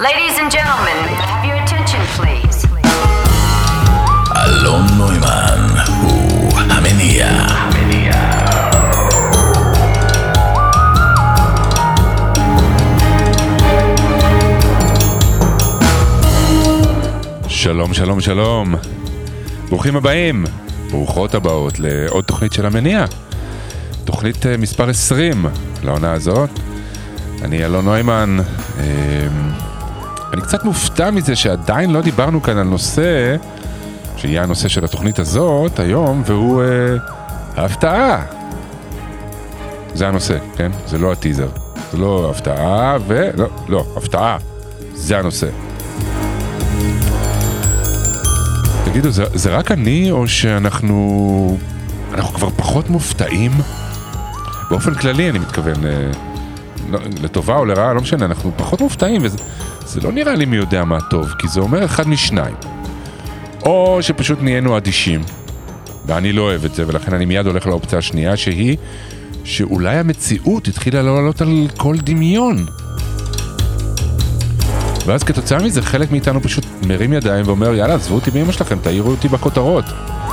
Ladies and gentlemen, may I have your attention, please? אלון נוימן הוא המניע. שלום, שלום, שלום. ברוכים הבאים, ברוכות הבאות לעוד תוכנית של המניע. תוכנית מספר 20 לעונה הזאת. אני אלון נוימן. אני קצת מופתע מזה שעדיין לא דיברנו כאן על נושא שיהיה הנושא של התוכנית הזאת היום, והוא ההפתעה. זה הנושא, כן? זה לא הטיזר. זה לא הפתעה לא, הפתעה. זה הנושא. תגידו, זה רק אני או שאנחנו כבר פחות מופתעים? באופן כללי אני מתכוון, לטובה או לרעה, לא משנה, אנחנו פחות מופתעים, וזה לא נראה לי מי יודע מה טוב, כי זה אומר אחד משניים. או שפשוט נהיינו אדישים, ואני לא אוהב את זה, ולכן אני מיד הולך לאופציה השנייה, שהיא שאולי המציאות התחילה לעלות על כל דמיון. ואז כתוצאה מזה חלק מאיתנו פשוט מרים ידיים ואומר, יאללה, עזבו אותי באמא שלכם, תאירו אותי בכותרות.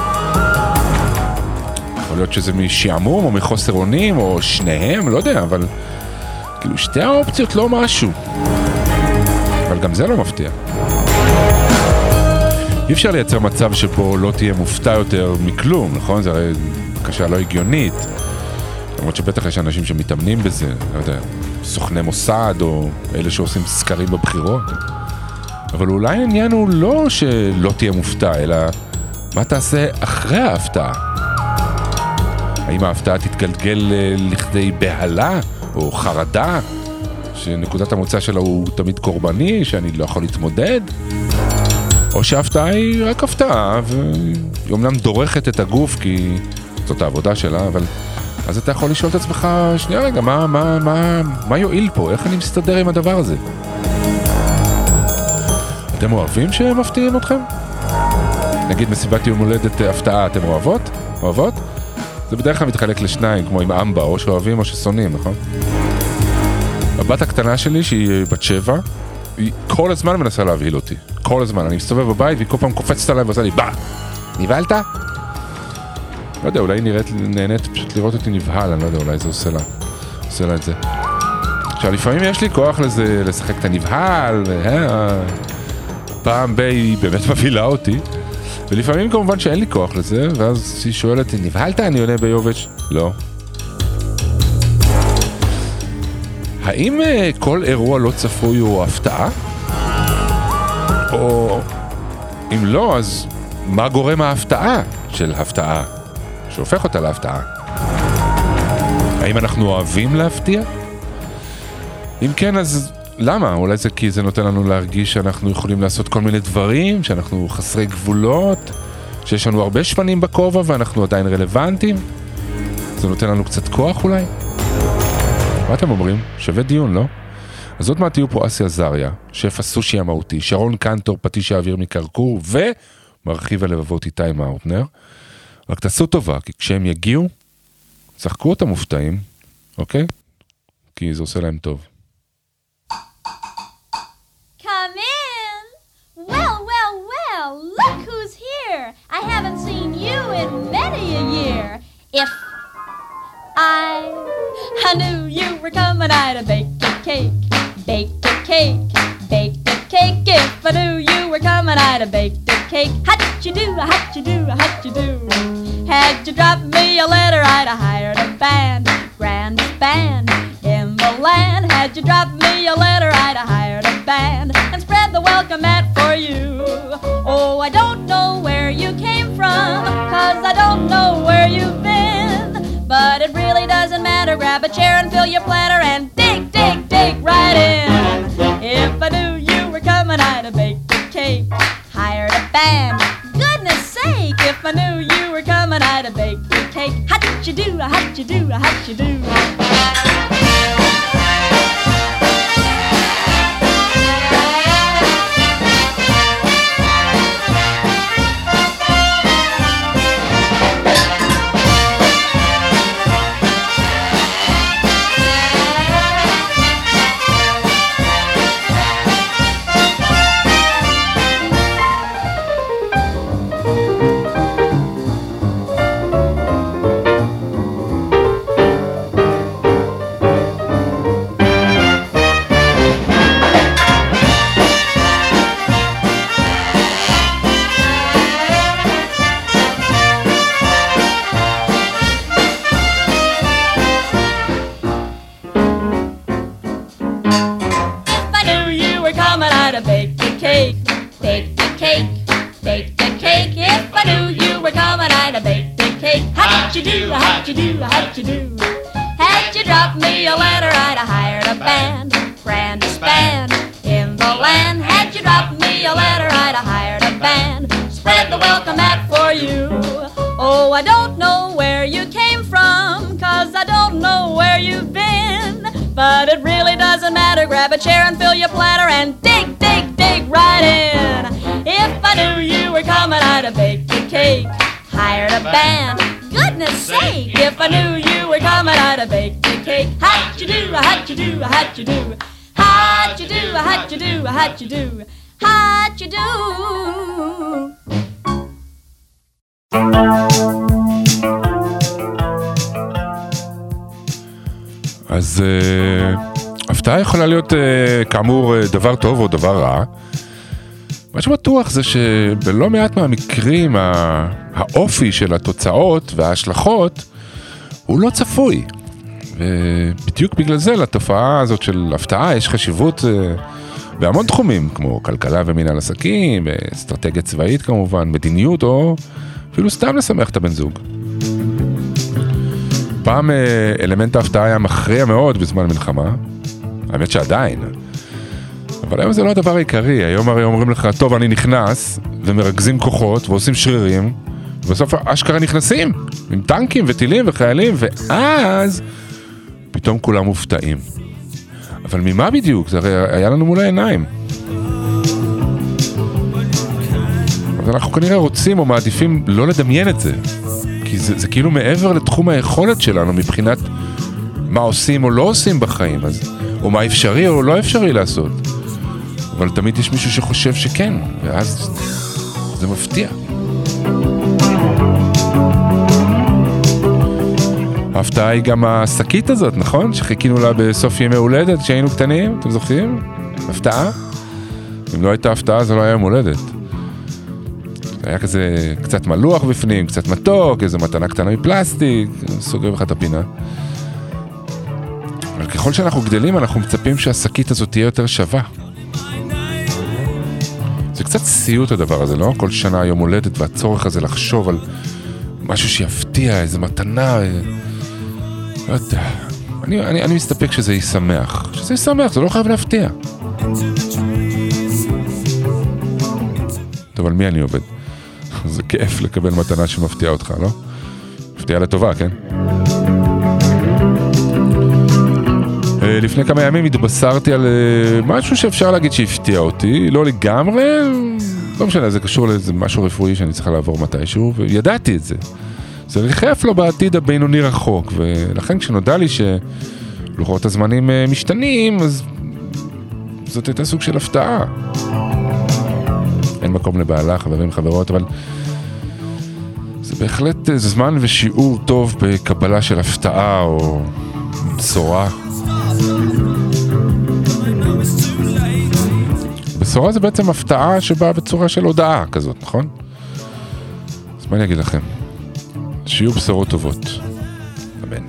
יכול להיות שזה משעמום או מחוסר אונים או שניהם, לא יודע, אבל כאילו שתי האופציות לא משהו. אבל גם זה לא מפתיע. אי אפשר לייצר מצב שבו לא תהיה מופתע יותר מכלום, נכון? זה הרי בקשה לא הגיונית. למרות שבטח יש אנשים שמתאמנים בזה, לא יודע, סוכני מוסד או אלה שעושים סקרים בבחירות. אבל אולי העניין הוא לא שלא תהיה מופתע, אלא מה תעשה אחרי ההפתעה? האם ההפתעה תתגלגל לכדי בהלה או חרדה, שנקודת המוצא שלה הוא תמיד קורבני, שאני לא יכול להתמודד? או שההפתעה היא רק הפתעה, והיא אומנם דורכת את הגוף, כי זאת העבודה שלה, אבל אז אתה יכול לשאול את עצמך, שנייה רגע, מה יועיל פה? איך אני מסתדר עם הדבר הזה? אתם אוהבים שהם מפתיעים אתכם? נגיד מסיבת יום הולדת הפתעה, אתם אוהבות? אוהבות? זה בדרך כלל מתחלק לשניים, כמו עם אמבה, או שאוהבים או ששונאים, נכון? הבת הקטנה שלי, שהיא בת 7, היא כל הזמן מנסה להבהיל אותי. כל הזמן. אני מסתובב בבית, והיא כל פעם קופצת עליי ועושה לי, בא! נבהלת? לא יודע, אולי נהנית פשוט לראות אותי נבהל, אני לא יודע, אולי זה עושה לה את זה. עכשיו, לפעמים יש לי כוח לזה, לשחק את הנבהל, פעם היא באמת מבהילה אותי, ולפעמים כמובן שאין לי כוח לזה, ואז היא שואלת, נבהלת? אני עונה ביובש, לא. האם כל אירוע לא צפוי הוא הפתעה? או אם לא, אז מה גורם ההפתעה של הפתעה? שהופך אותה להפתעה. האם אנחנו אוהבים להפתיע? אם כן, אז למה? אולי זה כי זה נותן לנו להרגיש שאנחנו יכולים לעשות כל מיני דברים, שאנחנו חסרי גבולות, שיש לנו הרבה שפנים בכובע ואנחנו עדיין רלוונטיים? זה נותן לנו קצת כוח אולי? מה אתם אומרים? שווה דיון, לא? אז עוד מעט תהיו פה אסי עזריה, שף הסושי המהותי, שרון קנטור, פטיש האוויר מקרקור, ומרחיב הלבבות איתי מאורטנר. רק תעשו טובה, כי כשהם יגיעו, צחקו אותם מופתעים, אוקיי? כי זה עושה להם טוב. Come in! Well, well, well, look who's here! I haven't seen you in many a year. If I knew you were coming, I'd have baked a cake, baked a cake, baked a cake. If I knew you were coming, I'd have baked a cake. How'd you do, how'd you do, how'd you do? Had you dropped me a letter, I'd have hired a band, grandest band in the land. Had you dropped me a letter, I'd have hired a band and spread the welcome mat for you. Oh, I don't know where you came from, 'cause I don't know where you've been. But it really doesn't matter, grab a chair and fill your platter and dig, dig, dig right in. If I knew you were coming, I'd have baked a cake, hired a band. Goodness sake, if I knew you were coming, I'd have baked a cake. How'd you do, how'd you do, how'd you do? how'd you do, how'd you do? Had you dropped me a letter, I'd have hired a band, grandest band in the land. Had you dropped me a letter, I'd have hired a band, spread the welcome mat for you. Oh, I don't know where you came from, 'cause I don't know where you've been, but it really doesn't matter. Grab a chair and fill your platter and dig, dig, dig right in. If I knew you were coming, I'd have baked a cake, hired a band. Goodness sake, if I knew you were coming, I'd have baked a cake. How'd you do, how'd you do, how'd you do? How'd you do, how'd you do, how'd you do? How'd you do? אז הפתעה יכולה להיות כאמור דבר טוב או דבר רע. מה שבטוח זה שבלא מעט מהמקרים האופי של התוצאות וההשלכות הוא לא צפוי. ובדיוק בגלל זה לתופעה הזאת של הפתעה יש חשיבות בהמון תחומים, כמו כלכלה ומנהל עסקים, אסטרטגיה צבאית כמובן, מדיניות או אפילו סתם לשמח את הבן זוג. פעם אלמנט ההפתעה היה מכריע מאוד בזמן מלחמה, האמת שעדיין, אבל היום זה לא הדבר העיקרי. היום הרי אומרים לך, טוב, אני נכנס ומרכזים כוחות ועושים שרירים, ובסוף אשכרה נכנסים עם טנקים וטילים וחיילים, ואז פתאום כולם מופתעים. אבל ממה בדיוק? זה הרי היה לנו מול העיניים. אז אנחנו כנראה רוצים או מעדיפים לא לדמיין את זה, כי זה כאילו מעבר לתחום היכולת שלנו מבחינת מה עושים או לא עושים בחיים, אז, או מה אפשרי או לא אפשרי לעשות. אבל תמיד יש מישהו שחושב שכן, ואז זה מפתיע. ההפתעה היא גם השקית הזאת, נכון? שחיכינו לה בסוף ימי הולדת כשהיינו קטנים, אתם זוכרים? הפתעה? אם לא הייתה הפתעה זה לא היה יום הולדת. היה כזה קצת מלוח בפנים, קצת מתוק, איזו מתנה קטנה מפלסטיק, סוגרים לך את הפינה. אבל ככל שאנחנו גדלים, אנחנו מצפים שהשקית הזאת תהיה יותר שווה. זה קצת סיוט הדבר הזה, לא? כל שנה יום הולדת והצורך הזה לחשוב על משהו שיפתיע, איזו מתנה. לא יודע. אני מסתפק שזה ישמח. שזה ישמח, זה לא חייב להפתיע. טוב, על מי אני עובד? זה כיף לקבל מתנה שמפתיעה אותך, לא? מפתיעה לטובה, כן? לפני כמה ימים התבשרתי על משהו שאפשר להגיד שהפתיע אותי, לא לגמרי, לא משנה, זה קשור לאיזה משהו רפואי שאני צריכה לעבור מתישהו, וידעתי את זה. זה ריחף לו בעתיד הבינוני רחוק, ולכן כשנודע לי שלוחות הזמנים משתנים, אז זאת הייתה סוג של הפתעה. אין מקום לבעלה, חברים, חברות, אבל זה בהחלט זמן ושיעור טוב בקבלה של הפתעה או בשורה. בשורה זה בעצם הפתעה שבאה בצורה של הודעה כזאת, נכון? אז מה אני אגיד לכם? שיהיו בשורות טובות. אמן.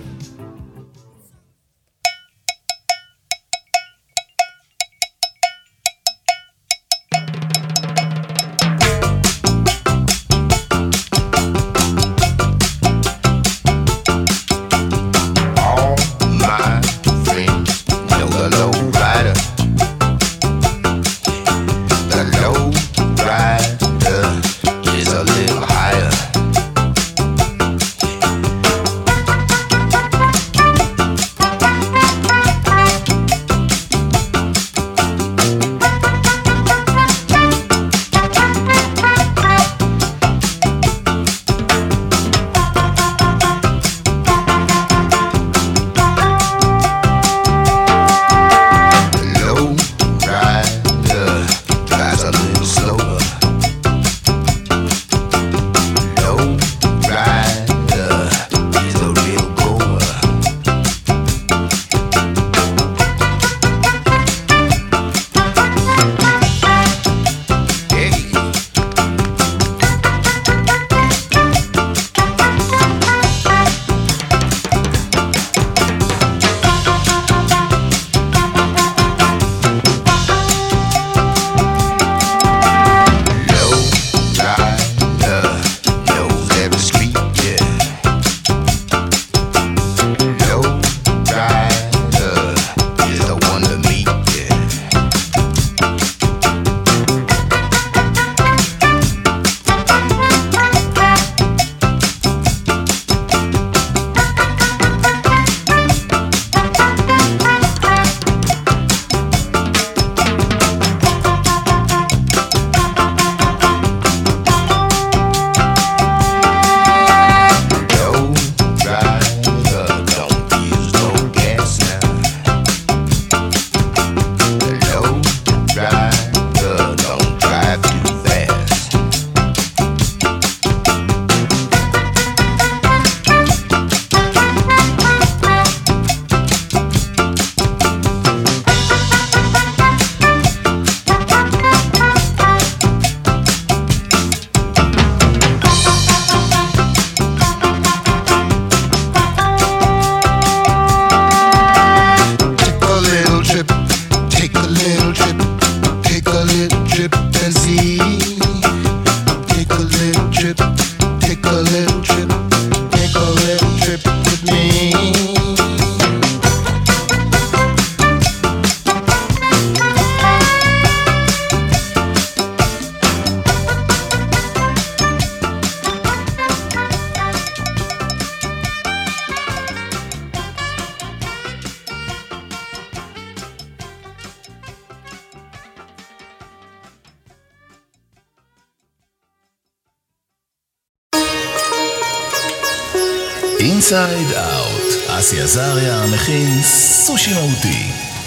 אינסייד אאוט. אסי עזריה מכין סושי מהותי.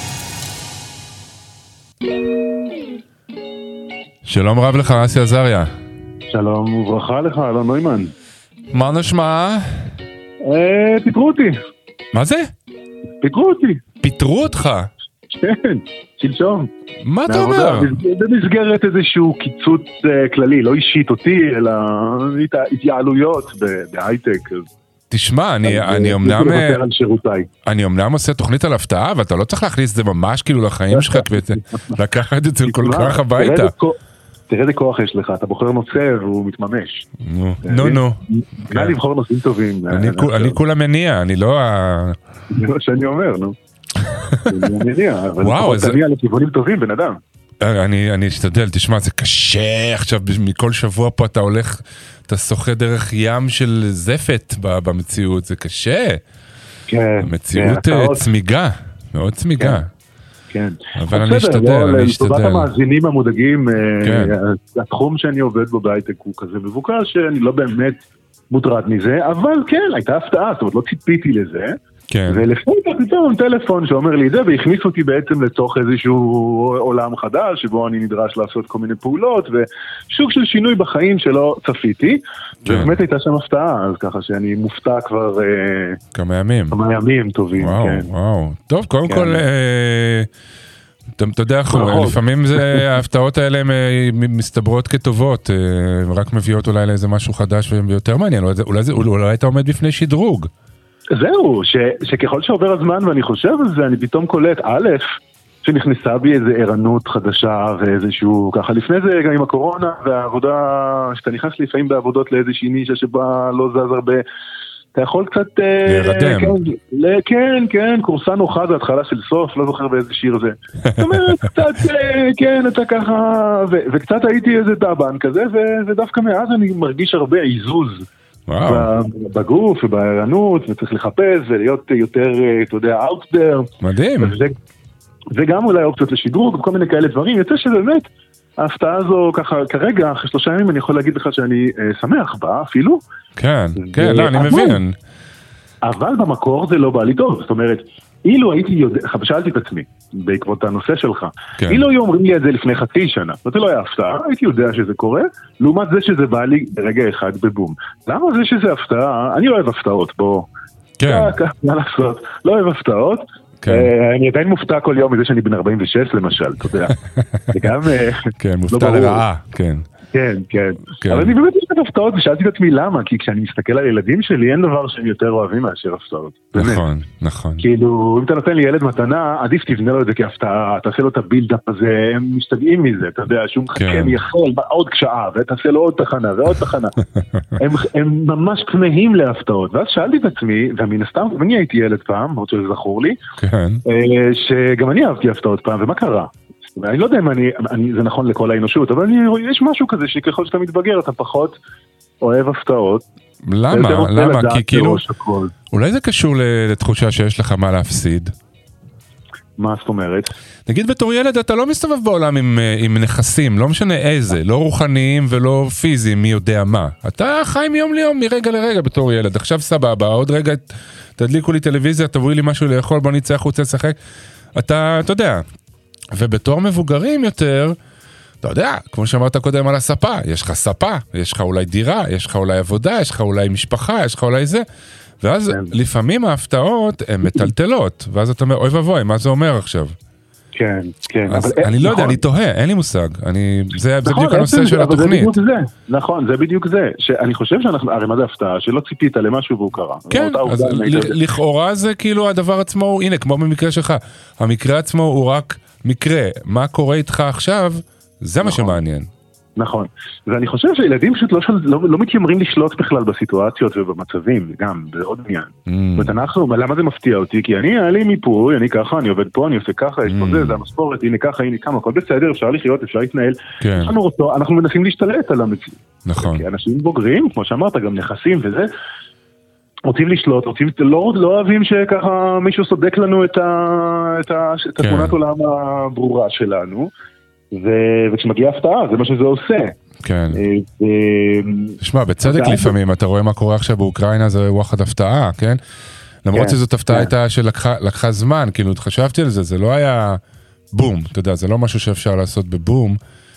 שלום רב לך, אסי עזריה. שלום וברכה לך, אלון נוימן. מה נשמע? פיטרו אותי. מה זה? פיטרו אותי. פיטרו אותך? כן, שלשום. מה אתה אומר? במסגרת איזשהו קיצוץ כללי, לא אישית אותי, אלא התייעלויות בהייטק. תשמע, אני אמנם עושה תוכנית על הפתעה, ואתה לא צריך להכניס את זה ממש כאילו לחיים שלך, לקחת את זה כל כך הביתה. תראה איזה כוח יש לך, אתה בוחר נושא והוא מתממש. נו. נא לבחור נושאים טובים. אני כולה מניע, אני לא זה מה שאני אומר, נו. אני מניע, אבל לפחות תניע לכיוונים טובים, בן אדם. אני אשתדל, תשמע, זה קשה עכשיו, מכל שבוע פה אתה הולך, אתה שוחה דרך ים של זפת במציאות, זה קשה. כן. המציאות צמיגה, מאוד צמיגה. כן. אבל אני אשתדל. לטובת המאזינים המודאגים, התחום שאני עובד בו בהייטק הוא כזה מבוקש, שאני לא באמת מוטרד מזה, אבל כן, הייתה הפתעה, זאת אומרת, לא ציפיתי לזה. ולפני פתאום טלפון שאומר לי את זה, והכניס אותי בעצם לתוך איזשהו עולם חדש, שבו אני נדרש לעשות כל מיני פעולות, ושוק של שינוי בחיים שלא צפיתי, ובאמת הייתה שם הפתעה, אז ככה שאני מופתע כבר כמה ימים טובים. וואו. טוב, קודם כל, אתה יודע, לפעמים ההפתעות האלה מסתברות כטובות, רק מביאות אולי לאיזה משהו חדש ויותר מעניין, אולי אתה עומד בפני שדרוג. זהו, שככל שעובר הזמן ואני חושב על זה, אני פתאום קולט שנכנסה בי איזו ערנות חדשה ואיזשהו, ככה לפני זה גם עם הקורונה והעבודה, שאתה נכנס לפעמים בעבודות לאיזושהי נישה שבה לא זז הרבה, אתה יכול קצת להירדם. כן, קורסה נוחה זה התחלה של סוף, לא זוכר באיזה שיר זה. זאת אומרת, קצת, כן, אתה ככה, וקצת הייתי איזה טאבן כזה, ודווקא מאז אני מרגיש הרבה עיזוז. בגוף ובערנות, וצריך לחפש ולהיות יותר, אתה יודע, out there. מדהים. וגם אולי אופציות לשדרוג וכל מיני כאלה דברים. יוצא שבאמת, ההפתעה הזו ככה, כרגע, אחרי 3 ימים אני יכול להגיד לך שאני שמח בה אפילו. כן, לא, אני מבין. אבל במקור זה לא בא לי טוב, זאת אומרת, אילו הייתי יודע, שאלתי את עצמי, בעקבות הנושא שלך, אילו היו אומרים לי את זה לפני חצי שנה, זאת לא היה הפתעה, הייתי יודע שזה קורה, לעומת זה שזה בא לי ברגע אחד בבום. למה זה שזה הפתעה? אני לא אוהב הפתעות, בוא. כן. מה לעשות? לא אוהב הפתעות. אני עדיין מופתע כל יום מזה שאני בן 46 למשל, אתה יודע. זה גם... כן, מופתע לרעה, כן. כן. אבל אני באמת יש את הפתעות ושאלתי את עצמי למה, כי כשאני מסתכל על ילדים שלי אין דבר שהם יותר אוהבים מאשר הפתעות. נכון. כאילו, אם אתה נותן לי ילד מתנה, עדיף תבנה לו את זה כהפתעה, תעשה לו את הבילדאפ הזה, הם משתגעים מזה, אתה יודע, שהוא מחכה מייחל עוד שעה, ותעשה לו עוד תחנה ועוד תחנה. הם ממש כמהים להפתעות, ואז שאלתי את עצמי, ומן הסתם, אני הייתי ילד פעם, עוד שזה זכור לי, שגם אני אהבתי הפתעות פעם, ומה קרה? אני לא יודע אם זה נכון לכל האנושות, אבל יש משהו כזה שככל שאתה מתבגר אתה פחות אוהב הפתעות. למה? כי כאילו, אולי זה קשור לתחושה שיש לך מה להפסיד. מה זאת אומרת? נגיד בתור ילד אתה לא מסתובב בעולם עם נכסים, לא משנה איזה, לא רוחניים ולא פיזיים, מי יודע מה. אתה חי מיום ליום, מרגע לרגע בתור ילד. עכשיו סבבה, עוד רגע תדליקו לי טלוויזיה, תבואי לי משהו לאכול, בוא נצא החוצה לשחק. אתה יודע. ובתור מבוגרים יותר, אתה יודע, כמו שאמרת קודם על הספה, יש לך ספה, יש לך אולי דירה, יש לך אולי עבודה, יש לך אולי משפחה, יש לך אולי זה, ואז לפעמים ההפתעות הן מטלטלות, ואז אתה אומר, אוי ובוי, מה זה אומר עכשיו? כן. אז אני לא יודע, אני תוהה, אין לי מושג, זה בדיוק הנושא של התוכנית. נכון, זה בדיוק זה, שאני חושב שאנחנו, הרי מה זה הפתעה, שלא ציפית למשהו והוא קרה. כן, אז לכאורה זה כאילו הדבר עצמו, הנה, כמו במקרה שלך, המקרה עצמו הוא רק מקרה, מה קורה איתך עכשיו, זה מה שמעניין. נכון, ואני חושב שילדים פשוט לא מתיימרים לשלוט בכלל בסיטואציות ובמצבים, גם, זה עוד עניין. למה זה מפתיע אותי? כי היה לי מיפוי, אני ככה, אני עובד פה, אני עושה ככה, יש פה זה המשכורת, הנה ככה, הנה כמה, הכל בסדר, אפשר לחיות, אפשר להתנהל. אנחנו מנסים להשתלט על המציאות. נכון. כי אנשים בוגרים, כמו שאמרת, גם נכסים וזה, רוצים לשלוט, לא אוהבים שככה מישהו סודק לנו את התמונת עולם הברורה שלנו, וכשמגיעה הפתעה, זה מה שזה עושה. כן. תשמע, בצדק לפעמים, אתה רואה מה קורה עכשיו באוקראינה, זה וואחד הפתעה, כן? למרות שזאת הפתעה הייתה שלקחה זמן, כאילו, חשבתי על זה, זה לא היה בום, אתה יודע, זה לא משהו שאפשר לעשות בבום,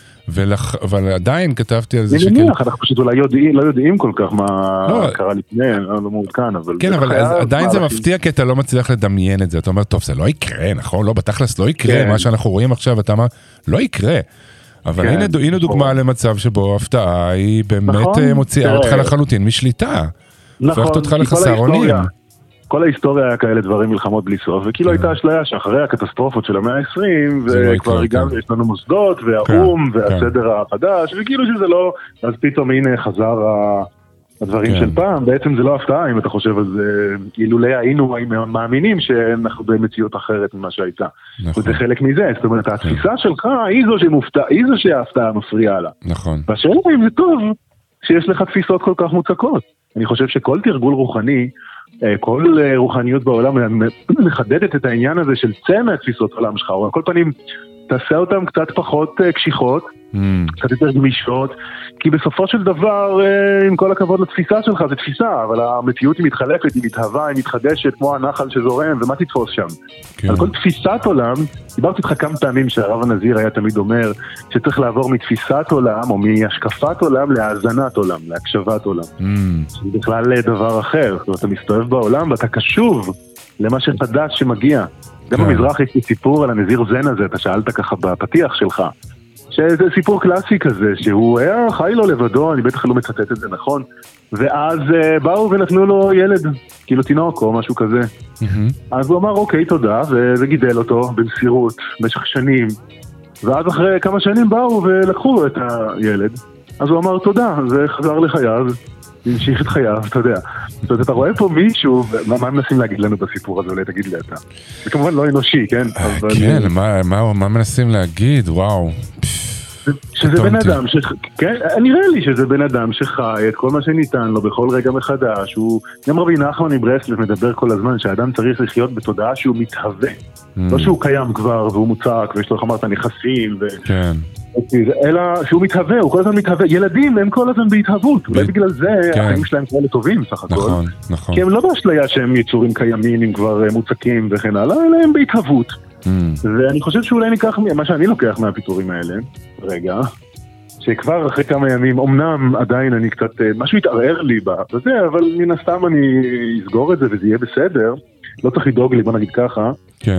אבל עדיין כתבתי על זה שכן... אני מניח, אנחנו פשוט אולי לא יודעים כל כך מה קרה לפני, לא מעודכן, אבל... כן, אבל עדיין זה מפתיע, כי אתה לא מצליח לדמיין את זה, אתה אומר, טוב, זה לא יקרה, נכון? לא, בתכלס לא יקרה, מה שאנחנו רואים עכשיו, אתה אומר, לא יקרה. אבל הנה דוגמה למצב שבו ההפתעה היא באמת מוציאה אותך לחלוטין משליטה. הופכת אותך לחסר אונים. כל ההיסטוריה היה כאלה דברים מלחמות בלי סוף, וכאילו הייתה אשליה שאחרי הקטסטרופות של המאה ה-20, וכבר הגענו, יש לנו מוסדות, והאום, והסדר החדש, וכאילו שזה לא, אז פתאום הנה חזר הדברים של פעם, בעצם זה לא הפתעה אם אתה חושב על זה, אילולא היינו מאמינים שאנחנו במציאות אחרת ממה שהייתה. וזה חלק מזה, זאת אומרת, התפיסה שלך היא זו שההפתעה מפריעה לה. נכון. והשאלה אם זה טוב שיש לך תפיסות כל כך מוצקות. אני חושב שכל תרגול רוחני, כל רוחניות בעולם מחדדת את העניין הזה של צא מהתפיסות העולם שלך, או על כל פנים תעשה אותם קצת פחות קשיחות, קצת יותר גמישות, כי בסופו של דבר, עם כל הכבוד לתפיסה שלך, זה תפיסה, אבל המציאות היא מתחלפת, היא מתהווה, היא מתחדשת, כמו הנחל שזורם, ומה תתפוס שם? על כל תפיסת עולם, דיברתי איתך כמה פעמים שהרב הנזיר היה תמיד אומר, שצריך לעבור מתפיסת עולם, או מהשקפת עולם להאזנת עולם, להקשבת עולם. זה בכלל דבר אחר, זאת אומרת, אתה מסתובב בעולם, ואתה קשוב למה שחדש שמגיע. גם במזרח יש לי סיפור על הנזיר זן הזה, אתה שאלת ככה בפתיח שלך, שזה סיפור קלאסי כזה, שהוא היה חי לו לבדו, אני בטח לא מצטט את זה נכון, ואז באו ונתנו לו ילד, כאילו תינוק או משהו כזה. אז הוא אמר אוקיי תודה, וזה גידל אותו במסירות במשך שנים, ואז אחרי כמה שנים באו ולקחו את הילד, אז הוא אמר תודה, זה חזר לחייו, המשיך את חייו, אתה יודע. זאת אומרת, אתה רואה פה מישהו, מה מנסים להגיד לנו בסיפור הזה, אולי תגיד לי אתה. זה כמובן לא אנושי, כן? כן, מה מנסים להגיד? וואו. שזה בן אדם, כן, נראה לי שזה בן אדם שחי את כל מה שניתן לו בכל רגע מחדש. גם רבי נחמן מברסלב מדבר כל הזמן שהאדם צריך לחיות בתודעה שהוא מתהווה. לא שהוא קיים כבר והוא מוצק ויש לו, איך אמרת, נכסים כן. אלא שהוא מתהווה, הוא כל הזמן מתהווה. ילדים הם כל הזמן בהתהוות, אולי בגלל זה החיים שלהם כאלה טובים סך הכל. נכון, נכון. כי הם לא באשליה שהם יצורים קיימים, הם כבר מוצקים וכן הלאה, אלא הם בהתהוות. ואני חושב שאולי ניקח, מה שאני לוקח מהפיתורים האלה, רגע, שכבר אחרי כמה ימים, אמנם עדיין אני קצת, משהו יתערער לי בזה, אבל מן הסתם אני אסגור את זה וזה יהיה בסדר, לא צריך לדאוג לי, בוא נגיד ככה. כן.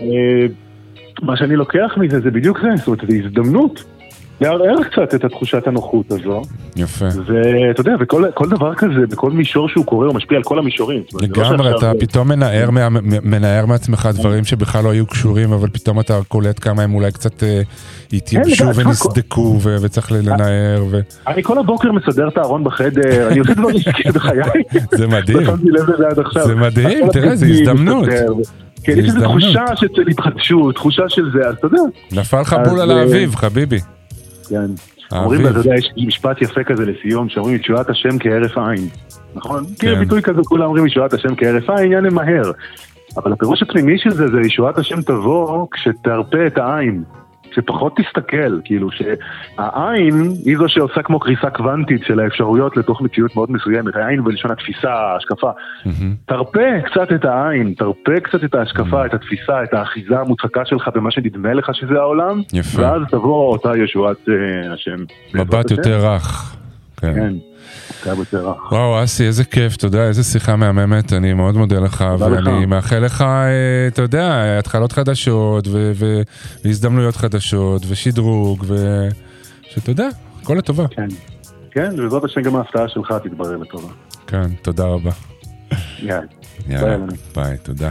מה שאני לוקח מזה זה בדיוק זה, זאת אומרת, זה הזדמנות לערער קצת את התחושת הנוחות הזו. יפה. ואתה יודע, וכל דבר כזה, בכל מישור שהוא קורא, הוא משפיע על כל המישורים. לגמרי, אתה פתאום מנער מעצמך דברים שבכלל לא היו קשורים, אבל פתאום אתה קולט כמה הם אולי קצת התייבשו ונסדקו, וצריך לנער. אני כל הבוקר מסדר את הארון בחדר, אני עושה דברים בחיי. זה מדהים. זה מדהים, תראה, זה הזדמנות. כן, יש איזו תחושה של התחדשות, תחושה של זה, אז אתה יודע. נפל לך בול על האביב, חביבי. כן. אומרים, אתה יודע, יש משפט יפה כזה לסיום, שאומרים, ישועת השם כהרף עין. נכון? כי הביטוי כזה, כולם אומרים, ישועת השם כהרף עין, עניין למהר. אבל הפירוש הפנימי של זה, זה ישועת השם תבוא כשתרפה את העין. שפחות תסתכל, כאילו שהעין היא זו שעושה כמו קריסה קוונטית של האפשרויות לתוך מציאות מאוד מסוימת, העין בלשון התפיסה, ההשקפה. תרפה קצת את העין, תרפה קצת את ההשקפה, את התפיסה, את האחיזה המוצקה שלך במה שנדמה לך שזה העולם, ואז תבוא אותה ישועת השם. מבט יותר רך. כן. וואו, אסי, איזה כיף, תודה, איזה שיחה מהממת, אני מאוד מודה לך, ואני מאחל לך, אתה יודע, התחלות חדשות, והזדמנויות חדשות, ושדרוג, ושאתה יודע, כל הטובה. כן, וזאת השם גם ההפתעה שלך תתברר לטובה. כן, תודה רבה. יאללה, ביי, תודה.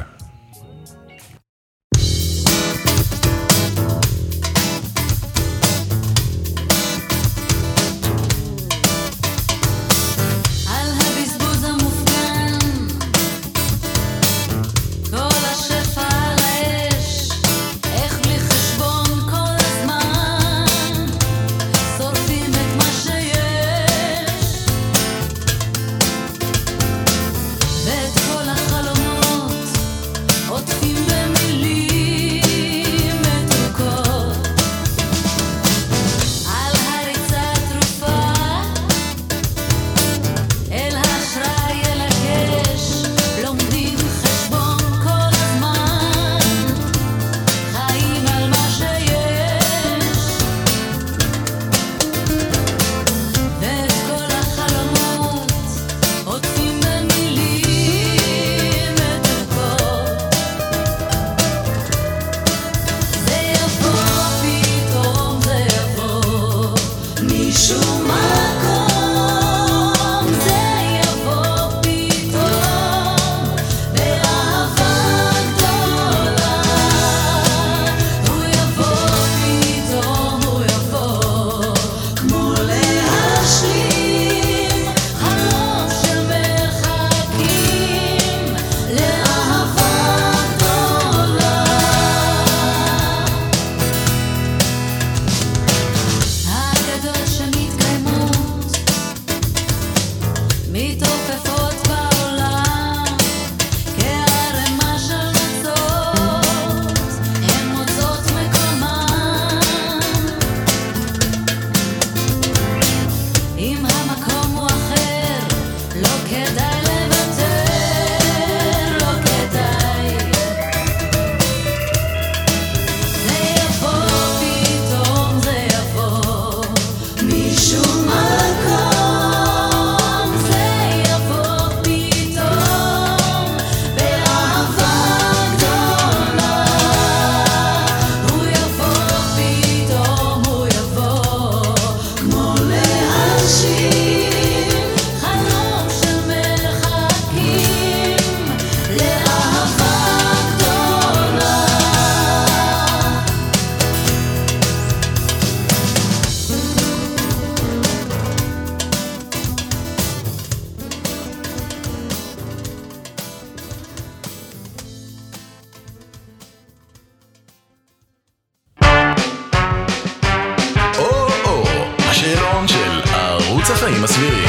החיים הסבירים.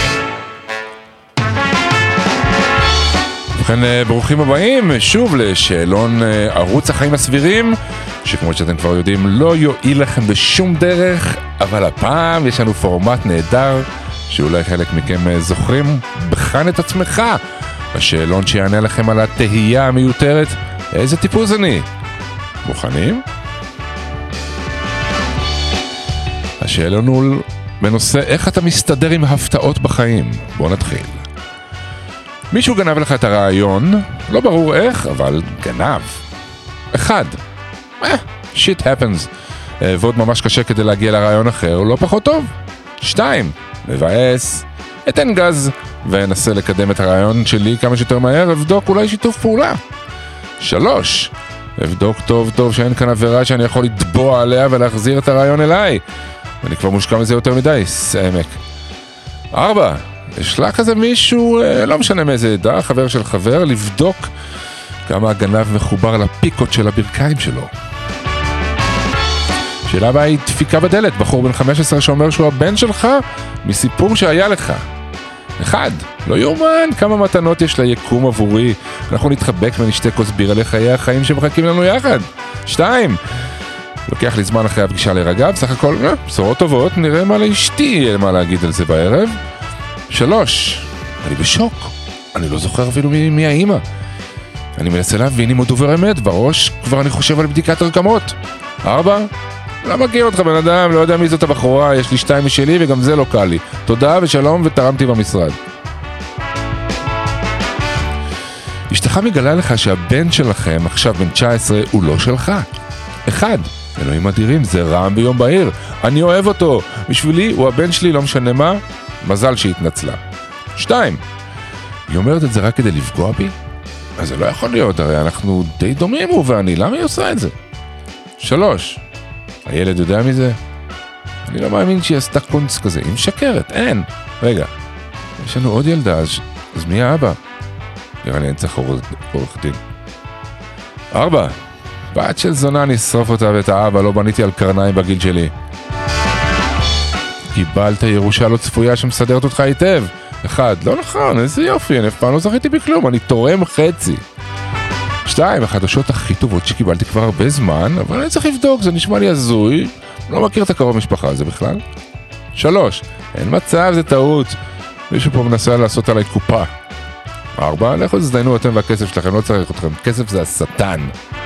ובכן, ברוכים הבאים שוב לשאלון ערוץ החיים הסבירים, שכמו שאתם כבר יודעים לא יועיל לכם בשום דרך, אבל הפעם יש לנו פורמט נהדר שאולי חלק מכם זוכרים. בחן את עצמך, השאלון שיענה לכם על התהייה המיותרת, איזה טיפוס אני? מוכנים? השאלון הוא בנושא איך אתה מסתדר עם הפתעות בחיים. בואו נתחיל. מישהו גנב לך את הרעיון, לא ברור איך, אבל גנב. 1. Shit happens. ועוד ממש קשה כדי להגיע לרעיון אחר, לא פחות טוב. 2. מבאס. אתן גז ואנסה לקדם את הרעיון שלי כמה שיותר מהר, אבדוק אולי שיתוף פעולה. 3. אבדוק טוב טוב שאין כאן עבירה שאני יכול לתבוע עליה ולהחזיר את הרעיון אליי. אני כבר מושקע מזה יותר מדי, סעמק. 4. אשלח איזה מישהו, לא משנה מאיזה עדה, חבר של חבר, לבדוק כמה הגנב מחובר לפיקות של הברכיים שלו. שאלה הבאה היא דפיקה בדלת, בחור בן 15 שאומר שהוא הבן שלך מסיפור שהיה לך. 1. לא יאומן כמה מתנות יש ליקום עבורי, אנחנו נתחבק ונשתה כוס בירה לחיי החיים שמחכים לנו יחד. 2. לוקח לי זמן אחרי הפגישה להירגע, בסך הכל בשורות טובות, נראה מה לאשתי מה להגיד על זה בערב. 3. אני בשוק, אני לא זוכר אפילו מי האמא. אני מנסה להבין אם הוא דובר אמת, בראש כבר אני חושב על בדיקת הרקמות. 4. לא מכיר אותך בן אדם, לא יודע מי זאת הבחורה, יש לי 2 משלי וגם זה לא קל לי. תודה ושלום ותרמתי במשרד. אשתך מגלה לך שהבן שלכם עכשיו בן 19 הוא לא שלך. 1. אלוהים אדירים, זה רעם ביום בהיר, אני אוהב אותו, בשבילי הוא הבן שלי לא משנה מה, מזל שהתנצלה. 2. היא אומרת את זה רק כדי לפגוע בי? אז זה לא יכול להיות, הרי אנחנו די דומים הוא ואני, למה היא עושה את זה? 3. הילד יודע מזה? אני לא מאמין שהיא עשתה קונץ כזה, היא משקרת, אין. רגע, יש לנו עוד ילדה, אז מי האבא? נראה לי אין צריך עורך דין. 4. בת של זונה נשרוף אותה ואת האבא, לא בניתי על קרניים בגיל שלי. קיבלת ירושה לא צפויה שמסדרת אותך היטב. 1. לא נכון, איזה יופי, אני אף פעם לא זכיתי בכלום, אני תורם חצי. 2. החדשות הכי טובות שקיבלתי כבר הרבה זמן, אבל אני צריך לבדוק, זה נשמע לי הזוי, לא מכיר את הקרוב משפחה הזה בכלל. 3. אין מצב, זה טעות, מישהו פה מנסה לעשות עליי קופה. 4. לכו תזדיינו אתם והכסף שלכם, לא צריך אתכם, כסף זה השטן.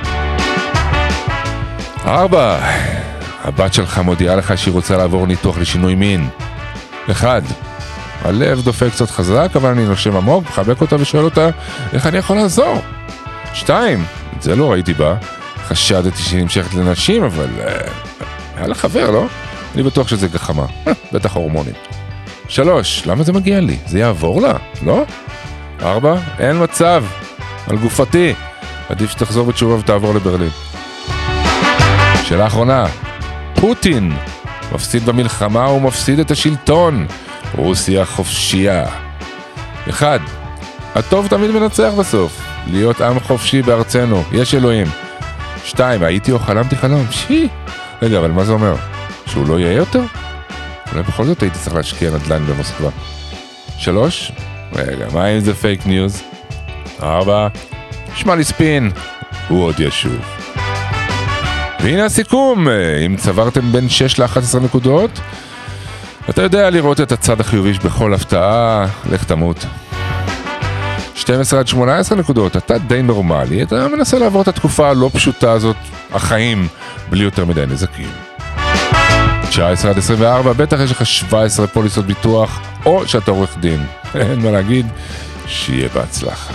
4. הבת שלך מודיעה לך שהיא רוצה לעבור ניתוח לשינוי מין. 1. הלב דופק קצת חזק, אבל אני נושם עמוק, מחבק אותה ושואל אותה איך אני יכול לעזור. 2. את זה לא ראיתי בה, חשדתי שהיא נמשכת לנשים, אבל היה לה חבר, לא? אני בטוח שזה גחמה, בטח הורמונים. 3. למה זה מגיע לי? זה יעבור לה, לא? 4. אין מצב, על גופתי, עדיף שתחזור בתשובה ותעבור לברלין. שאלה אחרונה, פוטין מפסיד במלחמה ומפסיד את השלטון, רוסיה חופשייה. 1. הטוב תמיד מנצח בסוף, להיות עם חופשי בארצנו, יש אלוהים. 2. הייתי או חלמתי חלום, רגע, אבל מה זה אומר? שהוא לא יהיה יותר? אולי בכל זאת הייתי צריך להשקיע נדל"ן במוסקבה. 3. רגע, מה אם זה פייק ניוז? 4. שמע לי ספין, הוא עוד ישוב. והנה הסיכום, אם צברתם בין 6 ל-11 נקודות, אתה יודע לראות את הצד החיובי בכל הפתעה, לך תמות. 12 עד 18 נקודות, אתה די נורמלי, אתה מנסה לעבור את התקופה הלא פשוטה הזאת, החיים, בלי יותר מדי נזקים. 19 עד 24, בטח יש לך 17 פוליסות ביטוח, או שאתה עורך דין. אין מה להגיד, שיהיה בהצלחה.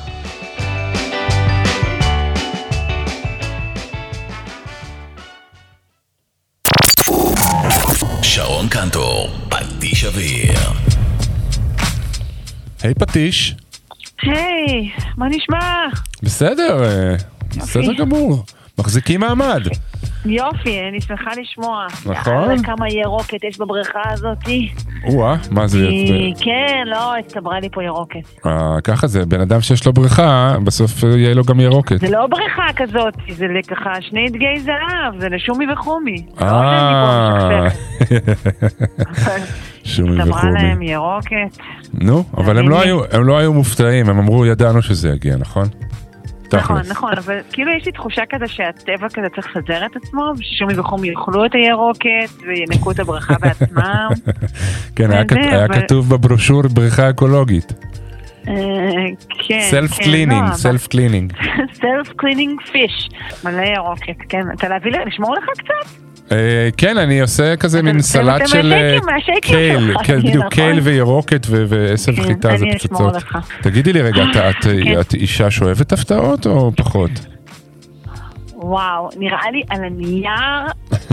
שרון קנטור, פטיש אוויר. היי פטיש. היי, מה נשמע? בסדר, בסדר גמור. מחזיקים מעמד. יופי, אני שמחה לשמוע. נכון. כמה ירוקת יש בבריכה הזאת. מה זה? כן, לא, הצטברה לי פה ירוקת. ככה זה, בן אדם שיש לו בריכה, בסוף יהיה לו גם ירוקת. זה לא בריכה כזאת, זה ככה 2 דגי זהב, זה לשומי וחומי. שומי הצטברה וחומי. להם ירוקת. נו, אבל הם לא היו מופתעים, הם אמרו, ידענו שזה יגיע, נכון? נכון, תכלס. נכון, אבל כאילו יש לי תחושה כזה שהטבע כזה צריך לסדר את עצמו, וששומי וחומי יאכלו את הירוקת, וינקו את הבריכה בעצמם. כן, היה כתוב בברושור בריכה אקולוגית. כן. סלף קלינינג, סלף קלינינג. סלף קלינינג פיש. מלא ירוקת, כן. אתה להביא לשמור לך קצת? כן, אני עושה כזה מין סלט של קייל, כן, בדיוק, קייל וירוקת ועשב חיטה זה פצצות. תגידי לי רגע, את אישה שאוהבת הפתעות או פחות? וואו, נראה לי על הנייר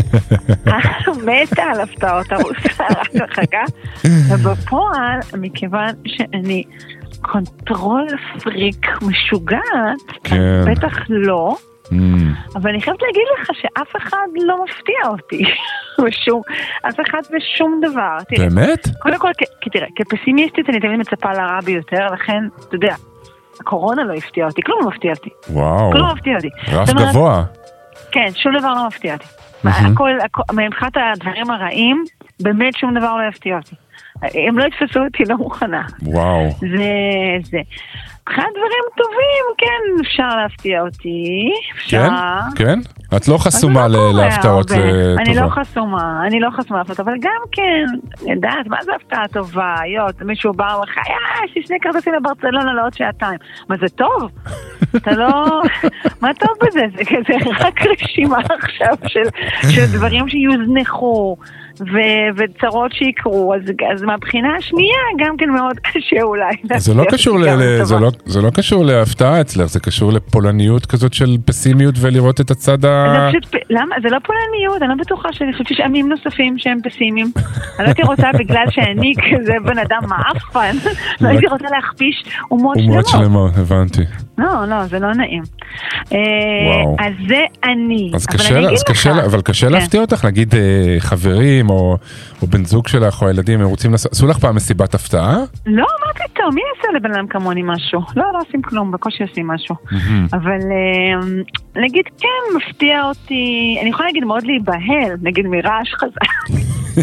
מתה על הפתעות, הרוסה רק לחכה, ובפועל, מכיוון שאני קונטרול פריק משוגעת, בטח לא, אבל אני חייבת להגיד לך שאף אחד לא מפתיע אותי, אף אחד בשום דבר. באמת? קודם כל, תראה, כפסימיסטית אני תמיד מצפה לרע ביותר, לכן, אתה יודע, הקורונה לא הפתיע אותי, כלום לא מפתיע אותי. וואו, כלום לא מפתיע אותי. רף גבוה. כן, שום דבר לא מפתיע אותי. מבחינת הדברים הרעים, באמת שום דבר לא יפתיע אותי. הם לא יתפסו אותי, לא מוכנה. וואו. זה. אחד דברים טובים, כן, אפשר להפתיע אותי. כן? כן? את לא חסומה להפתעות טובה. אני לא חסומה להפתעות, אבל גם כן, יודעת, מה זה הפתעה טובה? מישהו בא לך, יש לי 2 כרטיסים לברצלונה לעוד 2 שעתיים. מה זה טוב? אתה לא... מה טוב בזה? זה כזה רק רשימה עכשיו של דברים שיוזנחו. וצרות שיקרו, אז מהבחינה השנייה גם כן מאוד קשה אולי. זה לא קשור להפתעה אצלך, זה קשור לפולניות כזאת של פסימיות ולראות את הצד למה? זה לא פולניות, אני לא בטוחה שאני חושבת שיש עמים נוספים שהם פסימיים. אני לא הייתי רוצה בגלל שאני כזה בן אדם מאפן, לא הייתי רוצה להכפיש אומות שלמות, הבנתי. לא, זה לא נעים. אז זה אני. אבל קשה להפתיע אותך, נגיד חברים או בן זוג שלך או הילדים, הם רוצים עשו לך פעם מסיבת הפתעה? לא, מה פתאום, מי יעשה לבן אדם כמוני משהו? לא עושים כלום, בקושי עושים משהו. אבל נגיד כן, מפתיע אותי, אני יכולה להגיד מאוד להיבהל, נגיד מרעש חזק.